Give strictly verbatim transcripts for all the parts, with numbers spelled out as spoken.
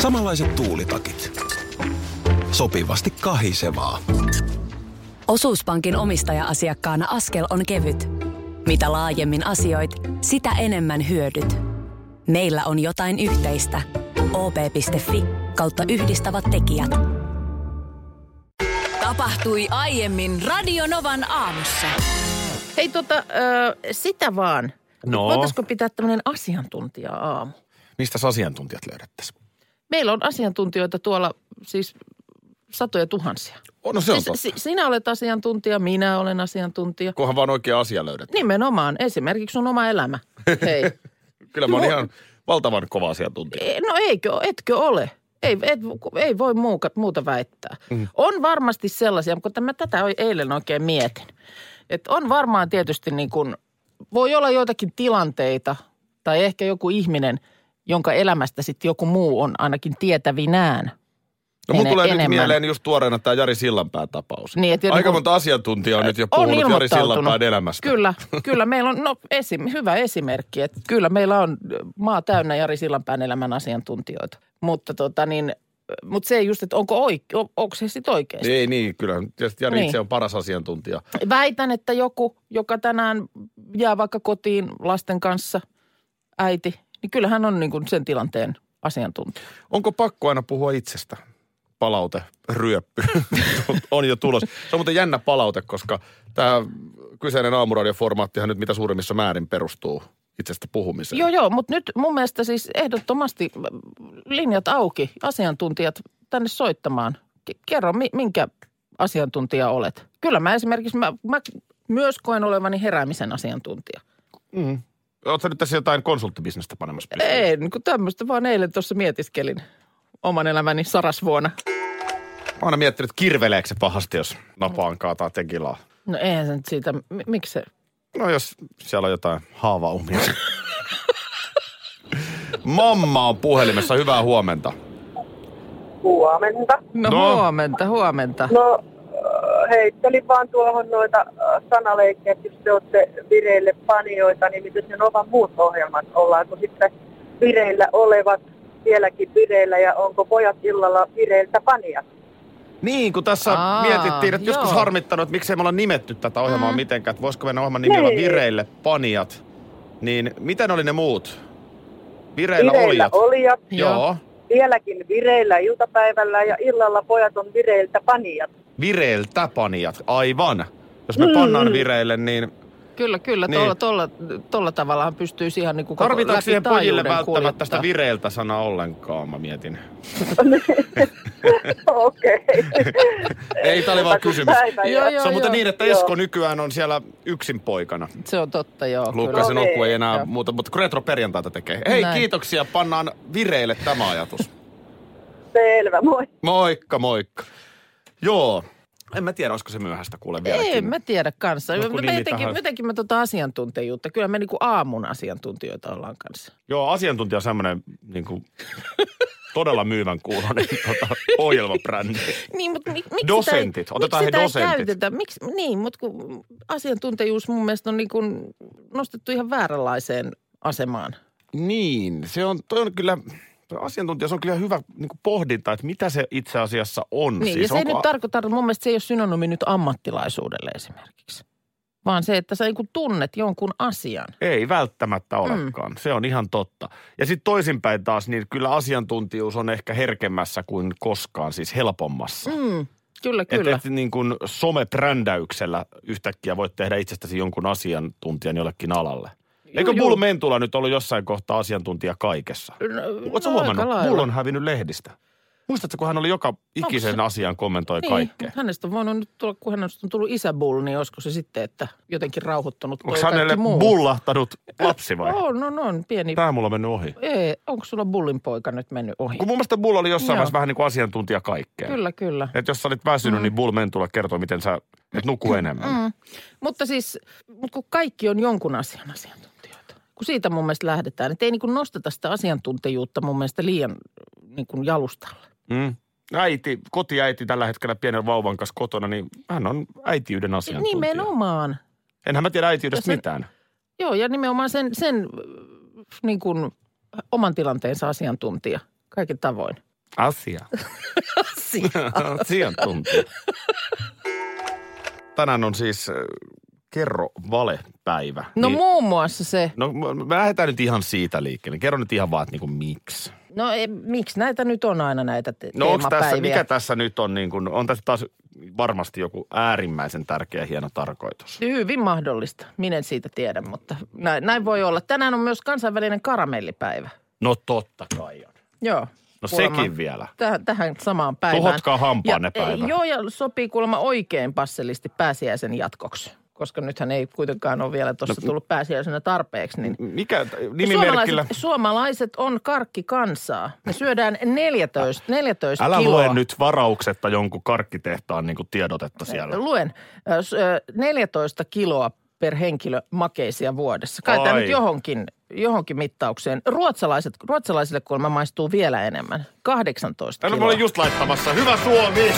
Samanlaiset tuulitakit. Sopivasti kahisevaa. Osuuspankin omistaja-asiakkaana askel on kevyt. Mitä laajemmin asioit, sitä enemmän hyödyt. Meillä on jotain yhteistä. o p piste f i kautta yhdistävät tekijät. Tapahtui aiemmin Radio Novan aamussa. Hei tota, äh, sitä vaan. No. Voitaisiko pitää tämmöinen asiantuntija-aamu? Mistä asiantuntijat löydettäisiin? Meillä on asiantuntijoita tuolla siis satoja tuhansia. Oh, no se on siis, totta. Sinä olet asiantuntija, minä olen asiantuntija. Kunhan vaan oikea asia löydät. Nimenomaan. Esimerkiksi sun oma elämä. Hei. Kyllä mä oon No. ihan valtavan kova asiantuntija. No eikö, etkö ole? Ei, et, ei voi muuka, muuta väittää. Mm. On varmasti sellaisia, mutta mä tätä eilen oikein mietin. Että on varmaan tietysti niin kuin, voi olla joitakin tilanteita tai ehkä joku ihminen, jonka elämästä sitten joku muu on ainakin tietävinään. No mun ene- tulee enemmän. nyt mieleen just tuoreena tämä Jari Sillanpään tapaus. Niin, et jo Aika niin kuin- monta asiantuntijaa on nyt jo On puhunut Jari ilmoittautunut. Sillanpään elämästä. Kyllä, kyllä meillä on, no esim, hyvä esimerkki, että kyllä meillä on maa täynnä Jari Sillanpään elämän asiantuntijoita. Mutta tota niin, mutta se ei just, että onko, oike, on, onko se sitten oikeasti. Ei niin, kyllä. Tietysti Jari Niin. itse on paras asiantuntija. Väitän, että joku, joka tänään jää vaikka kotiin lasten kanssa, äiti, niin kyllähän on niin kuin sen tilanteen asiantuntija. Onko pakko aina puhua itsestä? Palaute, ryöppy on jo tulos. Se on muuten jännä palaute, koska tämä kyseinen aamuradioformaattihan nyt mitä suurimmissa määrin perustuu itsestä puhumiseen. Joo, joo, mutta nyt mun mielestä siis ehdottomasti linjat auki, asiantuntijat tänne soittamaan. Kerro, minkä asiantuntija olet. Kyllä mä esimerkiksi, mä, mä myös koen olevani heräämisen asiantuntija. Mm. Oletko nyt tässä jotain konsulttibisnestä panemassa pystyyn? Ei, niin kuin tämmöistä vaan eilen tuossa mietiskelin oman elämäni sarasvuonna. Mä oon aina miettinyt, että kirveleekö se pahasti, jos napaan kaataa tekilaa. No eihän se nyt siitä, m- miksi se? No jos siellä on jotain haavaumia. Mamma on puhelimessa, hyvää huomenta. Huomenta. No, No. huomenta, huomenta. No äh, heittelin vaan tuohon noita äh, sanaleikkejä, että jos te olette vireille panijoita, niin miten ne ovat muut ohjelmat? Ollaanko sitten vireillä olevat vieläkin vireillä ja onko pojat illalla vireiltä panijat? Niin, kun tässä Aa, mietittiin, että joskus joo. harmittanut, että miksei me olla nimetty tätä ohjelmaa Mm. mitenkään, että voisiko meidän ohjelman nimi olla Niin. Vireille panijat. Niin mitä ne oli ne muut? Vireillä, Vireillä olijat. olijat, Joo. vieläkin vireillä iltapäivällä ja illalla pojat on vireiltä panijat. Vireiltä panijat, aivan. Jos me Mm. pannaan vireille, niin Kyllä, kyllä. Niin. Tolla, tolla, tolla tavallaan pystyy ihan niin kuin koko tarvitaanko läpi siihen pojille taajuuden välttämättä sitä kuljettaa. vireiltä sanaa ollenkaan, mä mietin. Okei. Ei, tää oli vaan kysymys. Joo, joo. Se on muuten niin, että Esko Joo. nykyään on siellä yksin poikana. Se on totta, joo. Luukkaisen No niin. Okku ei enää Joo. muuta, mutta kun retro perjantaita tekee. Hei, Näin. kiitoksia, pannaan vireille tämä ajatus. Selvä, moi. Moikka, moikka. Joo. En mä tiedä, olisiko se myöhäistä kuule vieläkin. Ei, mä tiedä kanssa. Joku Me nimi jotenkin, tahansa. jotenkin me tota asiantuntijuutta. Kyllä me niinku aamun asiantuntijoita ollaan kanssa. Joo, asiantuntija on semmoinen niin kuin, todella myyvän kuulonen tota, ohjelmabrändi. Niin, mutta mik, miksi Dosentit. sitä, Otetaan miksi he sitä ei dosentit. käytetä? Miksi, niin, mutta kun asiantuntijuus mun mielestä on niin kuin nostettu ihan vääränlaiseen asemaan. Niin, se on, toi on kyllä, toi asiantuntija, se on kyllä hyvä niin kuin pohdinta, että mitä se itse asiassa on. Niin, siis ja se ei onko- nyt tarkoita, mun mielestä se ei ole synonyymi nyt ammattilaisuudelle esimerkiksi. Vaan se, että sä niin kuin tunnet jonkun asian. Ei välttämättä olekaan. Mm. Se on ihan totta. Ja sitten toisinpäin taas, niin kyllä asiantuntijuus on ehkä herkemmässä kuin koskaan, siis helpommassa. Mm, kyllä, Että kyllä. et, niin kuin somebrändäyksellä yhtäkkiä voit tehdä itsestäsi jonkun asiantuntijan jollekin alalle. Eikö juu. Bull Mentula nyt ollut jossain kohtaa asiantuntija kaikessa? No, Oletko no, huomannut? aika lailla. Bull on hävinnyt lehdistä. Muistatko, kun hän oli joka ikisen se- asian kommentoi Niin, kaikkea? mutta hänestä on voinut nyt tulla, kun hänestä on tullut isäbull, niin olisiko se sitten, että jotenkin rauhoittunut toi Onko kaikki hänelle muu? bullahtanut lapsi vai? On, on, on, pieni. Tämä mulla on mennyt ohi. Ei, onko sulla bullin poika nyt mennyt ohi? Kun mun mielestä Bull oli jossain Joo. vaiheessa vähän niin kuin asiantuntija kaikkeen. Kyllä, kyllä. Että jos sä olit väsynyt, mm. niin Bull Mentula kertoo, miten sä et nuku enemmän. Mm. Mutta siis, mutta kun kaikki on jonkun asian asiantuntijoita. Kun siitä mun mielestä lähdetään, että ei niin kuin nosteta sitä asiantuntijuutta mun mielestä liian niin kuin jalustalle. Mm. Äiti, kotiäiti tällä hetkellä pienen vauvan kanssa kotona, niin hän on äitiyden asiantuntija. Nimenomaan. Enhän mä tiedä äitiydestä Ja sen- mitään. Joo, ja nimenomaan sen, sen niin kuin oman tilanteensa asiantuntija kaikin tavoin. Asia. Asia. Asiantuntija. Tänään on siis kerro valepäivä. No niin, muun muassa se. No me lähdetään nyt ihan siitä liikkeelle. Kerro nyt ihan vaan, että niinku miksi. No ei, miksi näitä nyt on aina näitä te- No onko tässä, teemapäiviä? mikä tässä nyt on niin kuin, on tässä taas varmasti joku äärimmäisen tärkeä hieno tarkoitus. Hyvin mahdollista. Minä en siitä tiedä, mutta näin, näin voi olla. Tänään on myös kansainvälinen karamellipäivä. No totta kai on. Joo. No kuulemma sekin vielä. Tähän, tähän samaan päivään. Tuhotkaa hampaanne Ja, päivä. Joo, ja sopii kuulemma oikein passelisti pääsiäisen jatkoksi. Koska nythän ei kuitenkaan ole vielä tuossa no, tullut pääsiäisenä tarpeeksi. Niin mikä nimimerkillä? Suomalaiset, suomalaiset on karkkikansaa. Me syödään neljätoista, neljätoista Älä kiloa. lue nyt varauksetta jonkun karkkitehtaan niin kuin tiedotetta siellä. Luen. neljätoista kiloa per henkilö makeisia vuodessa. Kai tämä Ai. nyt johonkin, johonkin mittaukseen. Ruotsalaiset, ruotsalaisille kuulemma maistuu vielä enemmän. kahdeksantoista No, kiloa. mä olin just laittamassa. Hyvä Suomi!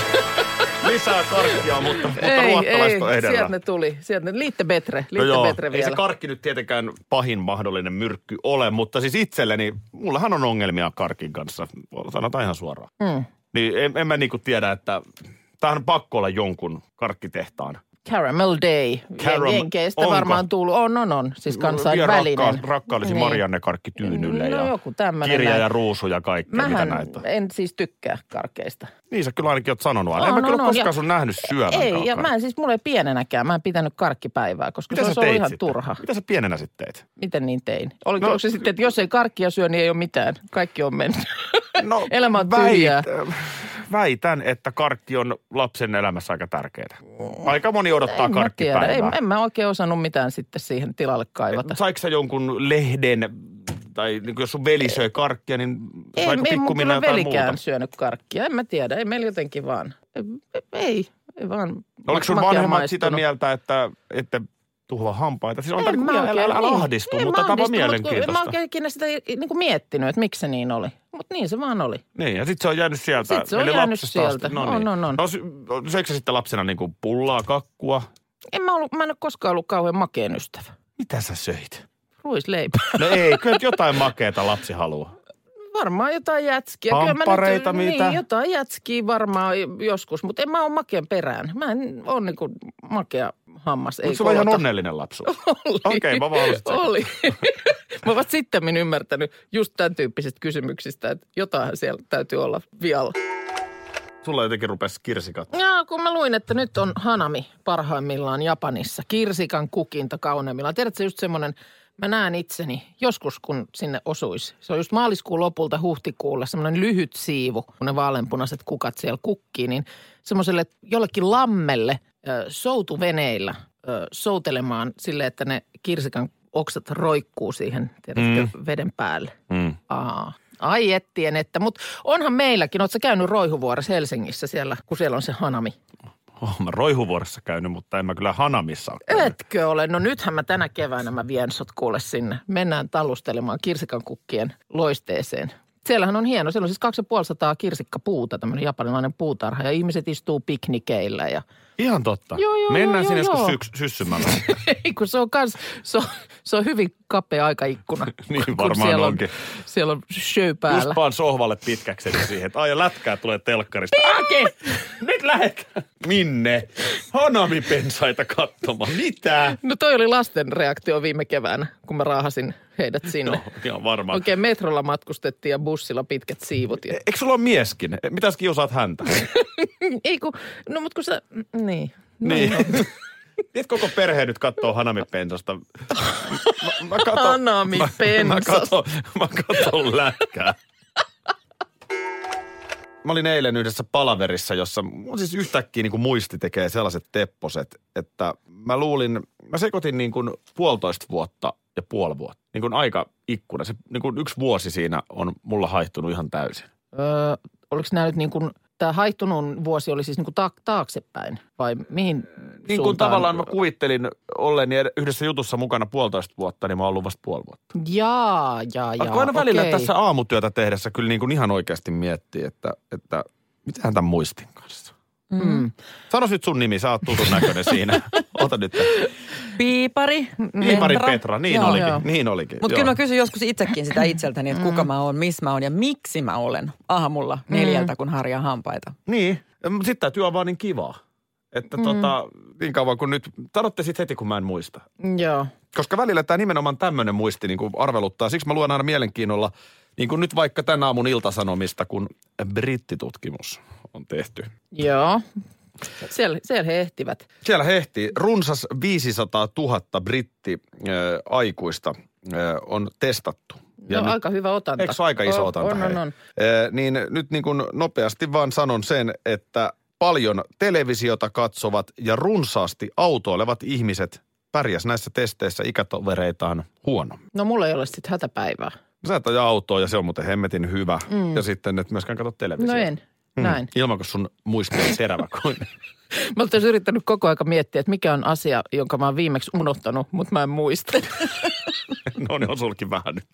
Lisää karkkia, mutta, mutta ei, ruottalaiset on ei, edellä. sieltä ne tuli. Sieltä ne, liitte betre, No liitte joo, betre ei vielä. se karkki nyt tietenkään pahin mahdollinen myrkky ole, mutta siis itselleni, mullahan on ongelmia karkin kanssa, sanotaan ihan suoraan. Mm. Niin en, en mä niinku tiedä, että tämähän on pakko olla jonkun karkkitehtaan. Caramel Day. Caram- Jenkeistä onko? varmaan tullut. On, on, on. Siis kansainvälinen. Rakka, rakkaallisi Niin. Marianne karkki tyynylle No ja joku tämmönen kirja näin. ja ruusu ja kaikkea, Mähän mitä näitä. en siis tykkää karkeista. Niin sä kyllä ainakin oot sanonut. En On, mä kyllä on, on. koskaan Ja- sun nähnyt syövän Ei, ja kaukaa. mä en siis, mulla ei pienenäkään. Mä en pitänyt karkkipäivää, koska Mitä se sä olisi ollut teit ihan sitten? turha. Mitä sä pienenä sitten teit? Miten niin tein? Oliko No- no, se sitten, että jos ei karkkia syö, niin ei ole mitään. Kaikki on mennyt. No, Elämä on tyhjää. väit- väitän, että karkki on lapsen elämässä aika tärkeää. Aika moni odottaa En mä tiedä. karkkipäivää. En, en mä oikein osannut mitään sitten siihen tilalle kaivata. Saiko sä jonkun lehden, tai niin jos sun veli söi karkkia, niin Ei, saiko ei mun pikkumina kyllä jotain velikään muuta? syönyt karkkia. En mä tiedä. Ei meillä jotenkin vaan. Ei, ei vaan. Oliko sun makea vanhemmat maistunut. sitä mieltä, että ette tuhoa hampaita? Siis on En tämä mä niin, oikein, älä, älä niin. ahdistu, En mutta mä tämä on ahdistu, mut kun En mä mielenkiintoista. oikein ikinä sitä niin kuin miettinyt, että miksi se niin oli. Mutta niin se vaan oli. Niin, ja sitten se on jäänyt sieltä. Sitten se on eli jäänyt lapsesta asti. sieltä. No On, niin. on, on. No, sy- söikö sä sitten lapsena niin kuin pullaa, kakkua? En mä, ollut, mä en ole koskaan ollut kauhean makeen ystävä. Mitä sä söit? Ruisleipä. No ei, kyllä nyt jotain makeeta lapsi haluaa. Varmaan jotain jätskiä. Kyllä mä Hamppareita, nyt, mitä? Niin, jotain jätskiä varmaan joskus, mutta en mä ole makeen perään. Mä en ole niinku makea hammas. Ei Onko sulla ihan kolota. onnellinen lapsuus? Oli. Okei, mä vaan halusin tsekata. Oli. Mä oon sittemmin ymmärtänyt just tämän tyyppisistä kysymyksistä, että jotain siellä täytyy olla vialla. Sulla jotenkin rupesi kirsikat. Joo, kun mä luin, että nyt on hanami parhaimmillaan Japanissa. Kirsikan kukinta kauneimmillaan. Tiedätkö just semmoinen, mä näen itseni joskus, kun sinne osuisi. Se on just maaliskuun lopulta huhtikuulle semmoinen lyhyt siivu, kun ne vaaleanpunaiset kukat siellä kukkii, niin semmoiselle jollekin lammelle ö, soutuveneillä ö, soutelemaan sille, että ne kirsikan oksat roikkuu siihen, tiedätkö, mm. veden päälle. Mm. Aa. Ai ettien, että, mutta onhan meilläkin, ootko sä käynyt Roihuvuoressa Helsingissä siellä, kun siellä on se hanami? Oh, mä Roihuvuoressa käynyt, mutta en mä kyllä Hanamissa ole käynyt. Etkö ole? No nythän mä tänä keväänä mä vien sut kuule sinne. Mennään tallustelemaan kirsikankukkien loisteeseen. Siellähän on hieno. Siellä on siis kaksi ja puoli sataa kirsikkapuuta, tämmöinen japanilainen puutarha. Ja ihmiset istuu piknikeillä ja Ihan totta. Joo, joo, Mennään joo, sinne joo, joskus joo. syks- syssymällä. ei kun se on kans, se on, se on hyvin kapea aikaikkuna. Niin kun varmaan siellä on, onkin. siellä on show päällä. Just vaan sohvalle pitkäkseni siihen, että ai ja lätkää tulee telkkarista. Ake! Nyt lähdetään. Minne? Hanami-pensaita katsomaan. Mitä? No toi oli lasten reaktio viime keväänä, kun mä raahasin heidät sinne. No, ihan varmaan. Oikein metrolla matkustettiin ja bussilla pitkät siivut. Ja... Eikö sulla ole mieskin? Mitäs kiusaat häntä? Ei kun, no mut kun sä, niin. Niin. Nyt koko perhe nyt katsoo Hanami-pensasta. Mä, mä katon, Hanami-pensas. Mä, mä, katon, mä katon lätkää. Mä olin eilen yhdessä palaverissa, jossa mun siis yhtäkkiä niin kuin muisti tekee sellaiset tepposet, että mä luulin, mä sekoitin niin kuin puolitoista vuotta ja puoli vuotta. Niin kuin aika ikkuna. Se niin kuin yksi vuosi siinä on mulla haihtunut ihan täysin. Öö, oliko nämä nyt niin kuin, tämä haihtunut vuosi oli siis niin kuin ta- taaksepäin vai mihin Niin kuin suuntaan? tavallaan mä kuvittelin olleeni yhdessä jutussa mukana puolitoista vuotta, niin mä oon ollut vasta puoli vuotta. Jaa, jaa, jaa, Aina välillä okei. tässä aamutyötä tehdessä kyllä niin kuin ihan oikeasti miettii, että, että mitähän tämän muistin kanssa. Mm. Sano nyt sun nimi, sä oot tutun näköinen siinä. Ota nyt. Piipari. Piipari Petra, Petra. Niin, Joo, olikin, joo. niin olikin. Mutta kyllä mä kysyn joskus itsekin sitä itseltäni, että kuka mä oon, missä mä oon ja miksi mä olen aamulla neljältä, kun harjaa hampaita. Niin. Sitten tämä työ on vaan niin kivaa. Että mm. tota, niin kauan kun nyt, sanotte sitten heti, kun mä en muista. Joo. Koska välillä tämä nimenomaan tämmöinen muisti niin kuin arveluttaa. Siksi mä luen aina mielenkiinnolla, niin kuin nyt vaikka tämän aamun Ilta-Sanomista, kun brittitutkimus on tehty. Joo. Siellä, siellä he ehtivät. Siellä he ehtii. Runsas viisisataatuhatta britti-aikuista on testattu. Ja no nyt, aika hyvä otanta. Eikö se aika iso otanta? On, on, on. E, niin nyt niin kuin nopeasti vaan sanon sen, että paljon televisiota katsovat ja runsaasti autoilevat ihmiset pärjäs näissä testeissä ikätovereitaan huonommin. No mulla ei ole sitten hätäpäivää. Sä et aja autoa ja se on muuten hemmetin hyvä. Mm. Ja sitten et myöskään katso televisiota. No en, mm. näin. Ilman, kun sun muisti on terävä kuin... Mä oon yrittänyt koko aika miettiä, että mikä on asia, jonka mä oon viimeksi unohtanut, mutta mä en muista. No niin, on sullekin vähän nyt.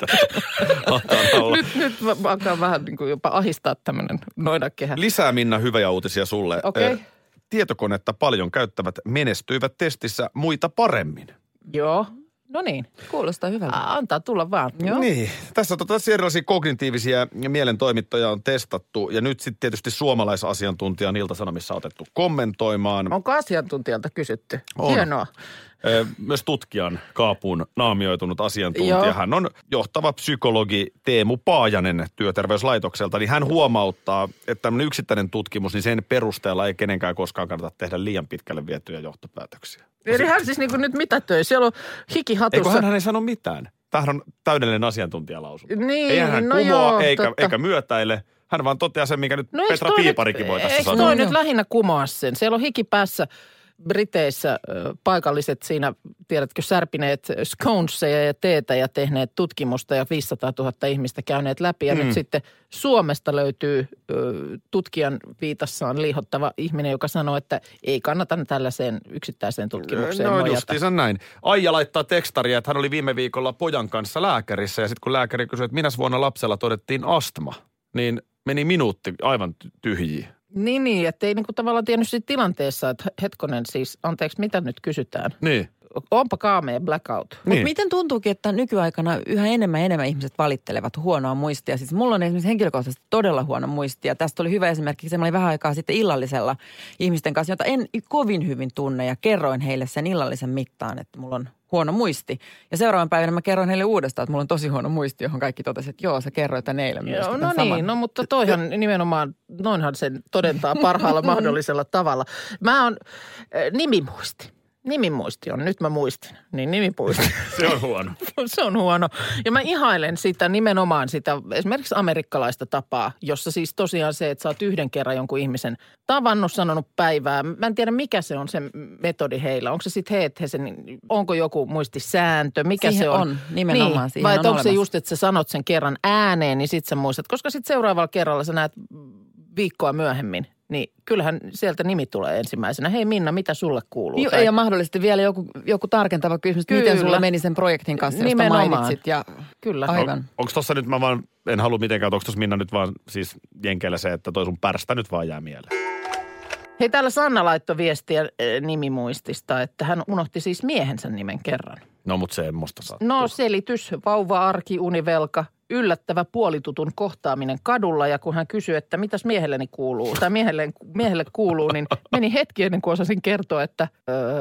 nyt, nyt mä alkaa vähän niin kuin jopa ahistaa tämmöinen noidankehä. Lisää Minna hyviä uutisia sulle. Okei. Okay. Tietokonetta paljon käyttävät menestyivät testissä muita paremmin. Joo. No niin. Kuulostaa hyvältä. Aa, antaa tulla vaan. Joo. Niin. Tässä tota, erilaisia kognitiivisia mielentoimittajia on testattu ja nyt sitten tietysti suomalaisasiantuntija on Ilta-Sanomissa otettu kommentoimaan. Onko asiantuntijalta kysytty? On. Hienoa. Myös tutkijan kaapuun naamioitunut asiantuntija. Joo. Hän on johtava psykologi Teemu Paajanen Työterveyslaitokselta. Niin hän huomauttaa, että tämmöinen yksittäinen tutkimus, niin sen perusteella ei kenenkään koskaan kannata tehdä liian pitkälle vietyjä johtopäätöksiä. Eli hän siis niin kuin nyt mitätöi. Siellä on hikihatussa. Eikö hän ei sano mitään? Tämähän on täydellinen asiantuntijalausunto. Niin, ei hän no kumoa joo, eikä, totta. eikä myötäile. Hän vaan toteaa sen, mikä nyt no Petra Piiparikin voi tässä eikö sanoa. toi nyt lähinnä kumoa sen? Siellä on hiki päässä Briteissä paikalliset siinä, tiedätkö, särpineet sconeseja ja teetä ja tehneet tutkimusta ja viisisataatuhatta ihmistä käyneet läpi. Ja mm. nyt sitten Suomesta löytyy ö, tutkijan viitassaan liihottava ihminen, joka sanoo, että ei kannata tällaiseen yksittäiseen tutkimukseen no, nojata. No justiinsa näin. Aija laittaa tekstaria, että hän oli viime viikolla pojan kanssa lääkärissä ja sitten kun lääkäri kysyi, että minäs vuonna lapsella todettiin astma, niin meni minuutti aivan tyhjiin. Niin, niin, että ei niinku tavallaan tiennyt siitä tilanteessa, että hetkonen siis, anteeksi, mitä nyt kysytään? Niin. Onpa kaamea blackout. Mutta niin. Miten tuntuukin, että nykyaikana yhä enemmän ja enemmän ihmiset valittelevat huonoa muistia? Siis mulla on esimerkiksi henkilökohtaisesti todella huono muistia. Tästä oli hyvä esimerkki, se oli vähän aikaa sitten illallisella ihmisten kanssa, jota en kovin hyvin tunne ja kerroin heille sen illallisen mittaan, että mulla on huono muisti. Ja seuraavan päivänä mä kerroin heille uudestaan, että mulla on tosi huono muisti, johon kaikki totesivat, että joo, sä kerroit tämän eilen myös. Joo, no niin, saman. No mutta toihan nimenomaan, noinhan sen todentaa parhaalla mahdollisella tavalla. Mä oon äh, nimimuisti. Nimimuisti on, nyt mä muistin, niin nimimuisti. Se on huono. Se on huono. Ja mä ihailen sitä nimenomaan sitä esimerkiksi amerikkalaista tapaa, jossa siis tosiaan se, että sä oot yhden kerran jonkun ihmisen tavannut, sanonut päivää. Mä en tiedä, mikä se on se metodi heillä. Onko se sitten he, että he sen, onko joku muistisääntö, mikä siihen se on? on, nimenomaan niin. siihen Vai on onko olemassa. se just, että sä sanot sen kerran ääneen, niin sit sä muistat. Koska sitten seuraavalla kerralla sä näet viikkoa myöhemmin. Niin kyllähän sieltä nimi tulee ensimmäisenä. Hei Minna, mitä sulle kuuluu? Jo, tai... ja mahdollisesti vielä joku, joku tarkentava kysymys, Kyllä. miten sulla meni sen projektin kanssa, josta Nimenomaan. mainitsit. Ja Kyllä. aivan. On, onko tossa nyt, mä vaan, en halua mitenkään, onko tossa Minna nyt vaan siis jenkeillä se, että toi sun pärstä nyt vaan jää mieleen? Hei, täällä Sanna laittoi viestiä äh, nimimuistista, että hän unohti siis miehensä nimen kerran. No mut se musta sattuu. No selitys, vauva-arki, univelka, yllättävä puolitutun kohtaaminen kadulla ja kun hän kysyi, että mitäs miehelleni kuuluu, tai miehelle, miehelle kuuluu, niin meni hetki ennen kuin osasin kertoa, että öö,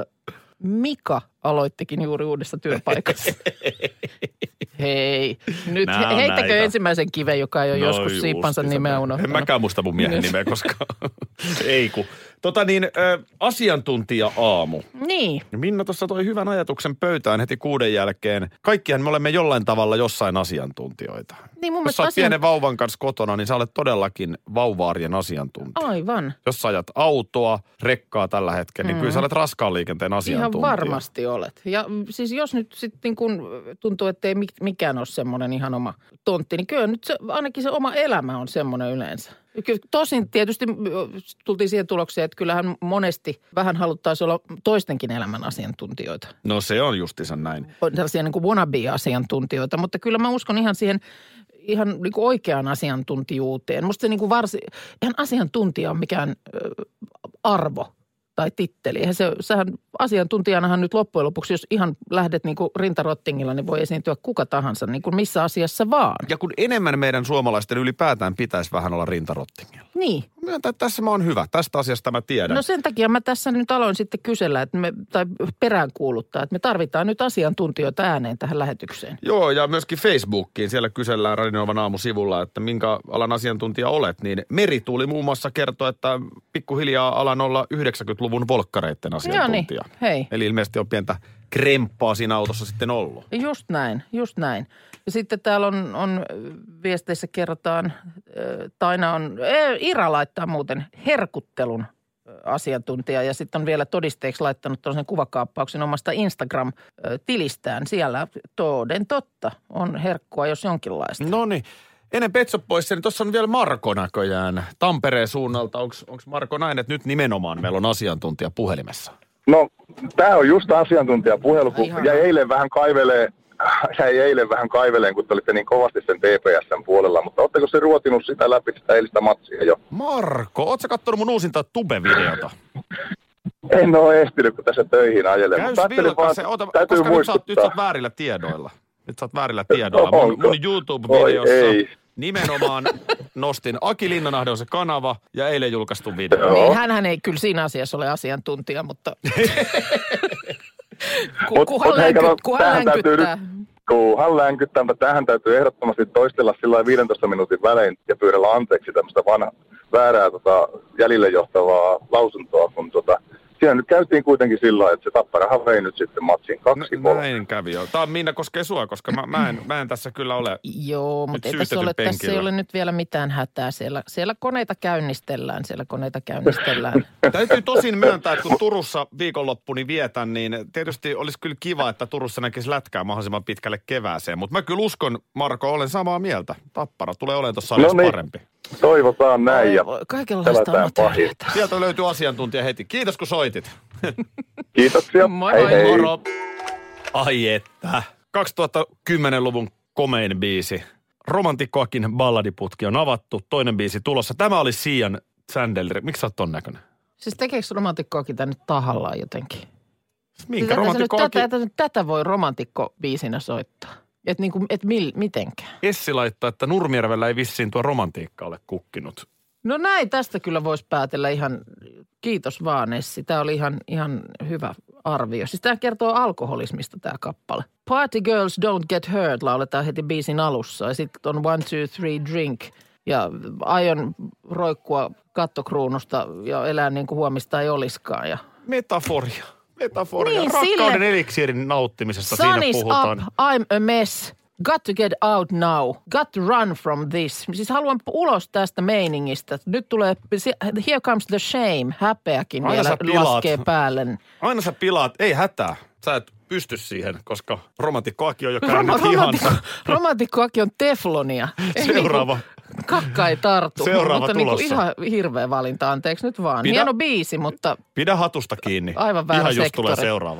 Mika aloittikin juuri uudessa työpaikassa. Hei, nyt Nää on heittäkö näitä. ensimmäisen kiven, joka ei ole No joskus just, siippansa se nimeä on- unohtanut. En mäkään muista mun miehen nimeä koskaan. Ei ku. Tota niin, ö, asiantuntija-aamu. Niin. Minna tuossa toi hyvän ajatuksen pöytään heti kuuden jälkeen. Kaikkihan me olemme jollain tavalla jossain asiantuntijoita. Niin mun Jos mielestä sä oot asian... pienen vauvan kanssa kotona, niin sä olet todellakin vauva-arjen asiantuntija. Aivan. Jos sä ajat autoa, rekkaa tällä hetkellä, niin kyllä sä olet raskaan liikenteen Ihan asiantuntija. varmasti olet. Ja mm, siis jos nyt sitten niin kun tuntuu, että ei mik- mikään ole semmoinen ihan oma tontti, niin kyllä nyt se, ainakin se oma elämä on semmoinen yleensä. Kyllä, tosin tietysti mm, tultiin siihen tulokseen, että kyllähän monesti vähän haluttaisiin olla toistenkin elämän asiantuntijoita. No se on justiinsa näin. On tällaisia niin kuin wannabe-asiantuntijoita, mutta kyllä mä uskon ihan siihen ihan niin kuin oikeaan asiantuntijuuteen. Musta se niin kuin varsin, ihan asiantuntija on mikään ö, arvo. tai titteli. Eihän se, sähän asiantuntijanahan nyt loppujen lopuksi, jos ihan lähdet niin kuin rintarottingilla, niin voi esiintyä kuka tahansa, niin kuin missä asiassa vaan. Ja kun enemmän meidän suomalaisten ylipäätään pitäisi vähän olla rintarottingilla. Niin. Myöntää, että tässä mä oon hyvä. Tästä asiasta mä tiedän. No sen takia mä tässä nyt aloin sitten kysellä, että me, tai peräänkuuluttaa, että me tarvitaan nyt asiantuntijoita ääneen tähän lähetykseen. Joo, ja myöskin Facebookiin. Siellä kysellään Radinovan aamusivulla, että minkä alan asiantuntija olet. Niin Merituuli muun muassa kertoo, että pikkuhiljaa alan olla yhdeksänkymmentäluvun volkkareitten asiantuntija. Joo niin, hei. Eli ilmeisesti on pientä kremppaa siinä autossa sitten ollut. Just näin, just näin. Ja sitten täällä on, on viesteissä kerrotaan, Taina on, Ira laittaa muuten herkuttelun asiantuntija ja sitten on vielä todisteeksi laittanut tuollaisen kuvakaappauksen omasta Instagram-tilistään. Siellä toden totta on herkkua, jos jonkinlaista. No niin. Ennen Petso pois, niin tuossa on vielä Marko näköjään Tampereen suunnalta. Onko Marko näin, että nyt nimenomaan meillä on asiantuntija puhelimessa? No, tämä on just asiantuntijapuhelu, kun Ihan. jäi eilen vähän kaivelee, jäi eilen vähän kaiveleen, kun te olitte niin kovasti sen T P S:n puolella, mutta ootteko se ruotinut sitä läpi sitä eilistä matsia jo? Marko, ootko sä kattonut mun uusinta Tube-videota? En ole ehtinyt, kun tässä töihin ajelen. Käys mutta ajattelin vilkas vaan, se, ota, täytyy koska nyt sä, oot, nyt sä muistuttaa. oot väärillä tiedoilla. Nyt sä oot väärillä tiedoilla. Mun, Onko? mun YouTube-videossa Oi, ei. nimenomaan nostin Aki Linnanahde on se kanava ja eilen julkaistu video. Joo. Niin, hänhän ei kyllä siinä asiassa ole asiantuntija, mutta Ku, Mut- kuhan, mut hei, länky, kato, kuhan tämähän täytyy länkyttää. Kunhan länkyttää, mutta tähän täytyy ehdottomasti toistella sillä viidentoista minuutin välein ja pyydellä anteeksi tämmöistä vanha, väärää tota, jäljille johtavaa lausuntoa, kun tota, siinä nyt käytiin kuitenkin sillä lailla, että se Tapparahan vei nyt sitten matsin kaksi N- kolme. näin kävi jo. Tämä Minna koskee sua, koska mä, mä, en, mä en tässä kyllä ole. Joo, mutta ei tässä, syytetyn ole, tässä ei penkillä. ole nyt vielä mitään hätää. Siellä, siellä koneita käynnistellään, siellä koneita käynnistellään. Täytyy tosin myöntää, että kun Turussa viikonloppuni vietän, niin tietysti olisi kyllä kiva, että Turussa näkisi lätkää mahdollisimman pitkälle kevääseen. Mutta mä kyllä uskon, Marko, olen samaa mieltä. Tappara tulee olemaan tuossa No niin. parempi. Toivotaan näin ja Kaikenlaista pelätään amatööriä. Sieltä löytyy asiantuntija heti. Kiitos kun soitit. kiitoksia. Moi hei moi. hei. Moro. Ai että. kaksituhattakymmenluvun komein biisi. Romantikkoakin balladiputki on avattu. Toinen biisi tulossa. Tämä oli Sian Chandler. Miksi sä oot ton näköinen? Siis tekeekö romantikkoakin tää nyt tahallaan jotenkin? Minkä Siis tätä, romantikkoakin? tätä, tätä, tätä voi romantikko-biisinä soittaa. Että niinku, et mil, mitenkään. Essi laittaa, että Nurmijärvellä ei vissiin tuo romantiikka ole kukkinut. No näin, tästä kyllä voisi päätellä ihan, kiitos vaan Essi. Tämä oli ihan, ihan hyvä arvio. Siis tämä kertoo alkoholismista tämä kappale. Party Girls Don't Get Hurt lauletaan heti biisin alussa. Ja sitten on One, Two, Three, Drink. Ja aion roikkua kattokruunusta ja elää niin kuin huomista ei oliskaan. Ja Metaforia. Metaforia. Niin, Rakkauden sille- eliksiirin nauttimisesta Sun siinä is puhutaan. up, I'm a mess. Got to get out now. Got to run from this. Siis haluan ulos tästä meiningistä. Nyt tulee, here comes the shame. Häpeäkin Aina vielä sä pilaat. laskee päälle. Aina sä pilaat, ei hätää. Sä et pysty siihen, koska romantikkoakin on jo Roma- käynyt romantikko, hihansa. romantikkoakin on teflonia. Ei Seuraava. Niinku, kakka ei tartu. Seuraava mutta niinku tulossa. ihan hirveä valinta, anteeksi nyt vaan. Pidä- Hieno biisi, mutta Pidä hatusta kiinni. Aivan väärä Ihan just sektori. tulee seuraava.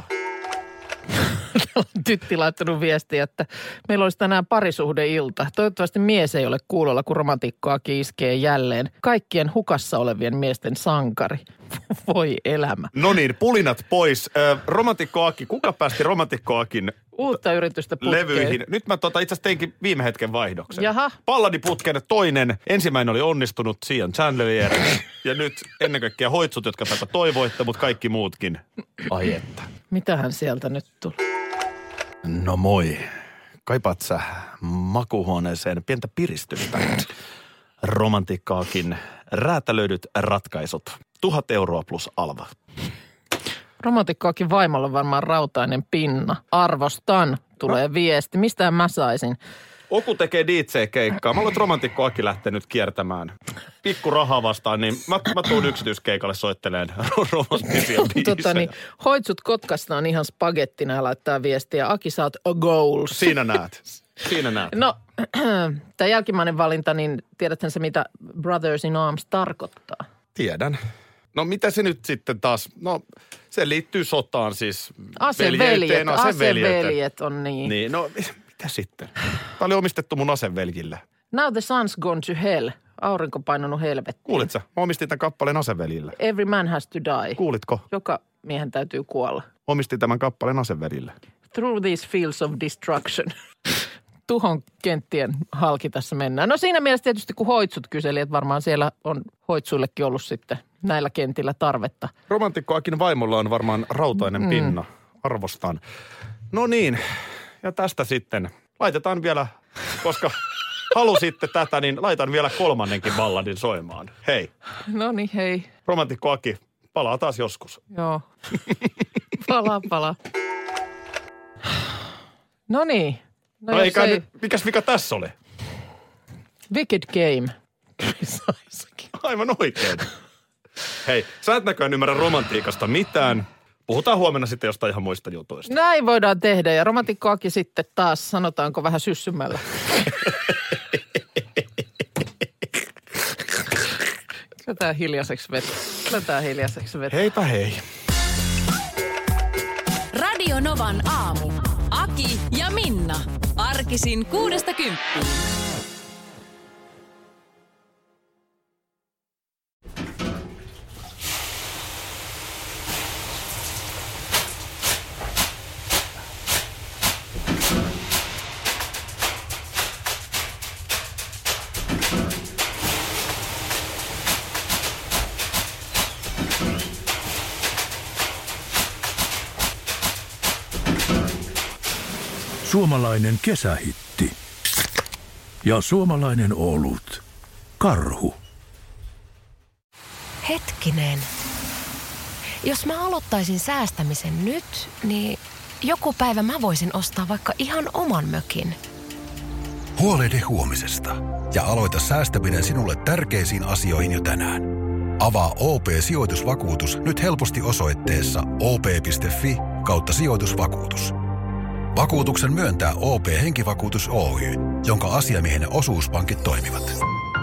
Tytti laittanut viestiä, että meillä olisi tänään parisuhdeilta. Toivottavasti mies ei ole kuulolla, kun romantikkoa iskee jälleen. Kaikkien hukassa olevien miesten sankari. Voi elämä. No niin, pulinat pois. Ö, romantikkoakin, kuka päästi romantikkoakin Uutta yritystä putkeen. levyihin? Nyt mä tota, itse asiassa teinkin viime hetken vaihdoksen. Jaha. Palladiputken toinen. Ensimmäinen oli onnistunut, Sian Chandler. Ja nyt ennen kaikkea hoitsut, jotka tätä toivoitte, mutta kaikki muutkin. Ai että. Mitähän sieltä nyt tuli? No moi. Kaipaat sä makuuhuoneeseen pientä piristystä? Romantikkaakin räätälöidyt ratkaisut. Tuhat euroa plus alva. Romantikkoakin vaimolla varmaan rautainen pinna. Arvostan, tulee no. viesti. Mistään mä saisin. Oku tekee D J-keikkaa. Mä olet romantikkoakin lähtenyt kiertämään. Pikku rahaa vastaan, niin mä, mä tuun yksityiskeikalle soitteleen romanttisia biisejä. Tota niin, hoitsut Kotkasta on ihan spagettina ja laittaa viestiä. Aki, sä oot a goals. Siinä näet. Siinä näet. No, tämä jälkimmäinen valinta, niin tiedätkö se, mitä Brothers in Arms tarkoittaa? Tiedän. No mitä se nyt sitten taas, no se liittyy sotaan siis. Aseveljet, veljeyteen, aseveljeyteen. aseveljet on niin. Niin, no mitä sitten? Tämä oli omistettu mun aseveljille. Now the sun's gone to hell. Aurinko painanut helvettiin. Kuulitko? Mä omistin tämän kappaleen asevelille. Every man has to die. Kuulitko? Joka miehen täytyy kuolla. Omistin tämän kappaleen asevelille. Through these fields of destruction. Tuhon kenttien halki tässä mennään. No siinä mielessä tietysti kun hoitsut kyseli, että varmaan siellä on hoitsuillekin ollut sitten näillä kentillä tarvetta. Romantikkoakin vaimolla on varmaan rautainen mm. pinna. Arvostan. No niin, ja tästä sitten laitetaan vielä, koska halusitte tätä, niin laitan vielä kolmannenkin balladin soimaan. Hei. No niin, hei. Romantikko Aki, palaa taas joskus. Joo. Palaa, palaa. No niin. No, no eikä ei... nyt, mikäs vika tässä oli? Wicked Game. Aivan oikein. Hei, sä et näköjään ymmärrä romantiikasta mitään. Puhutaan huomenna sitten jostain ihan muista jutuista. Näin voidaan tehdä ja romantikkoakin sitten taas, sanotaanko vähän syssymällä. Kyllä tää hiljaiseksi vetää. Kyllä tää hiljaiseksi vetää. Heipä hei. Radio Novan aamu. Aki ja Minna. Arkisin kuudesta kymppiin. Suomalainen kesähitti ja suomalainen olut. Karhu. Hetkinen. Jos mä aloittaisin säästämisen nyt, niin joku päivä mä voisin ostaa vaikka ihan oman mökin. Huolehdi huomisesta ja aloita säästäminen sinulle tärkeisiin asioihin jo tänään. Avaa O P-sijoitusvakuutus nyt helposti osoitteessa o p piste f i kautta sijoitusvakuutus. Vakuutuksen myöntää O P-henkivakuutus Oy, jonka asiamiehen osuuspankit toimivat.